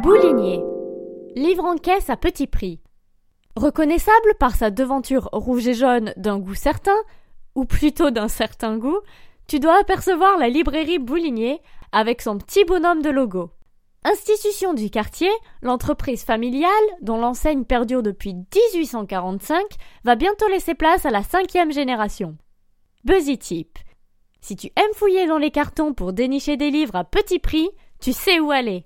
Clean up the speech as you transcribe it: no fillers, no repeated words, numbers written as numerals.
Boulinier. Livre en caisse à petit prix. Reconnaissable par sa devanture rouge et jaune d'un goût certain, ou plutôt d'un certain goût, tu dois apercevoir la librairie Boulinier avec son petit bonhomme de logo. Institution du quartier, l'entreprise familiale, dont l'enseigne perdure depuis 1845, va bientôt laisser place à la 5e génération. BuzzyTip. Si tu aimes fouiller dans les cartons pour dénicher des livres à petit prix, tu sais où aller.